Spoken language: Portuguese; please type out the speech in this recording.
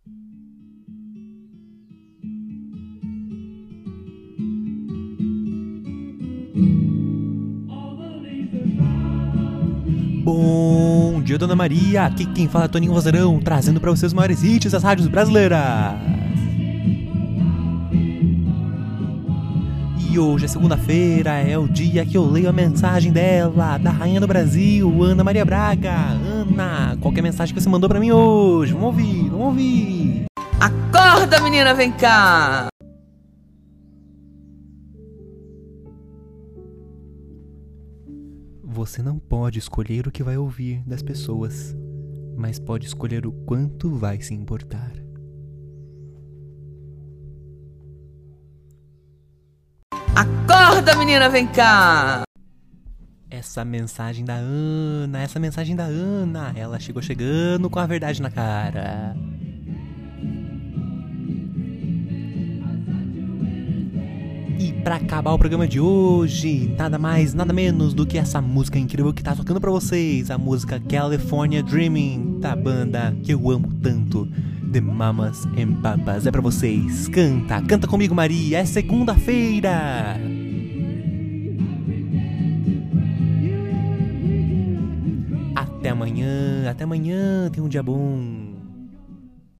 Bom dia, Dona Maria, aqui quem fala é Toninho Vozeirão, trazendo pra vocês os maiores hits das rádios brasileiras. E hoje é segunda-feira, é o dia que eu leio a mensagem dela, da Rainha do Brasil, Ana Maria Braga. Ana, qual que é a mensagem que você mandou pra mim hoje? Vamos ouvir. Acorda, menina, vem cá! Você não pode escolher o que vai ouvir das pessoas, mas pode escolher o quanto vai se importar. Acorda, menina, vem cá! Essa mensagem da Ana, ela chegou chegando com a verdade na cara. E pra acabar o programa de hoje, nada mais, nada menos do que essa música incrível que tá tocando pra vocês. A música California Dreaming, da banda que eu amo tanto, The Mamas and Papas. É pra vocês. Canta comigo, Maria, é segunda-feira. Até amanhã, tenha um dia bom.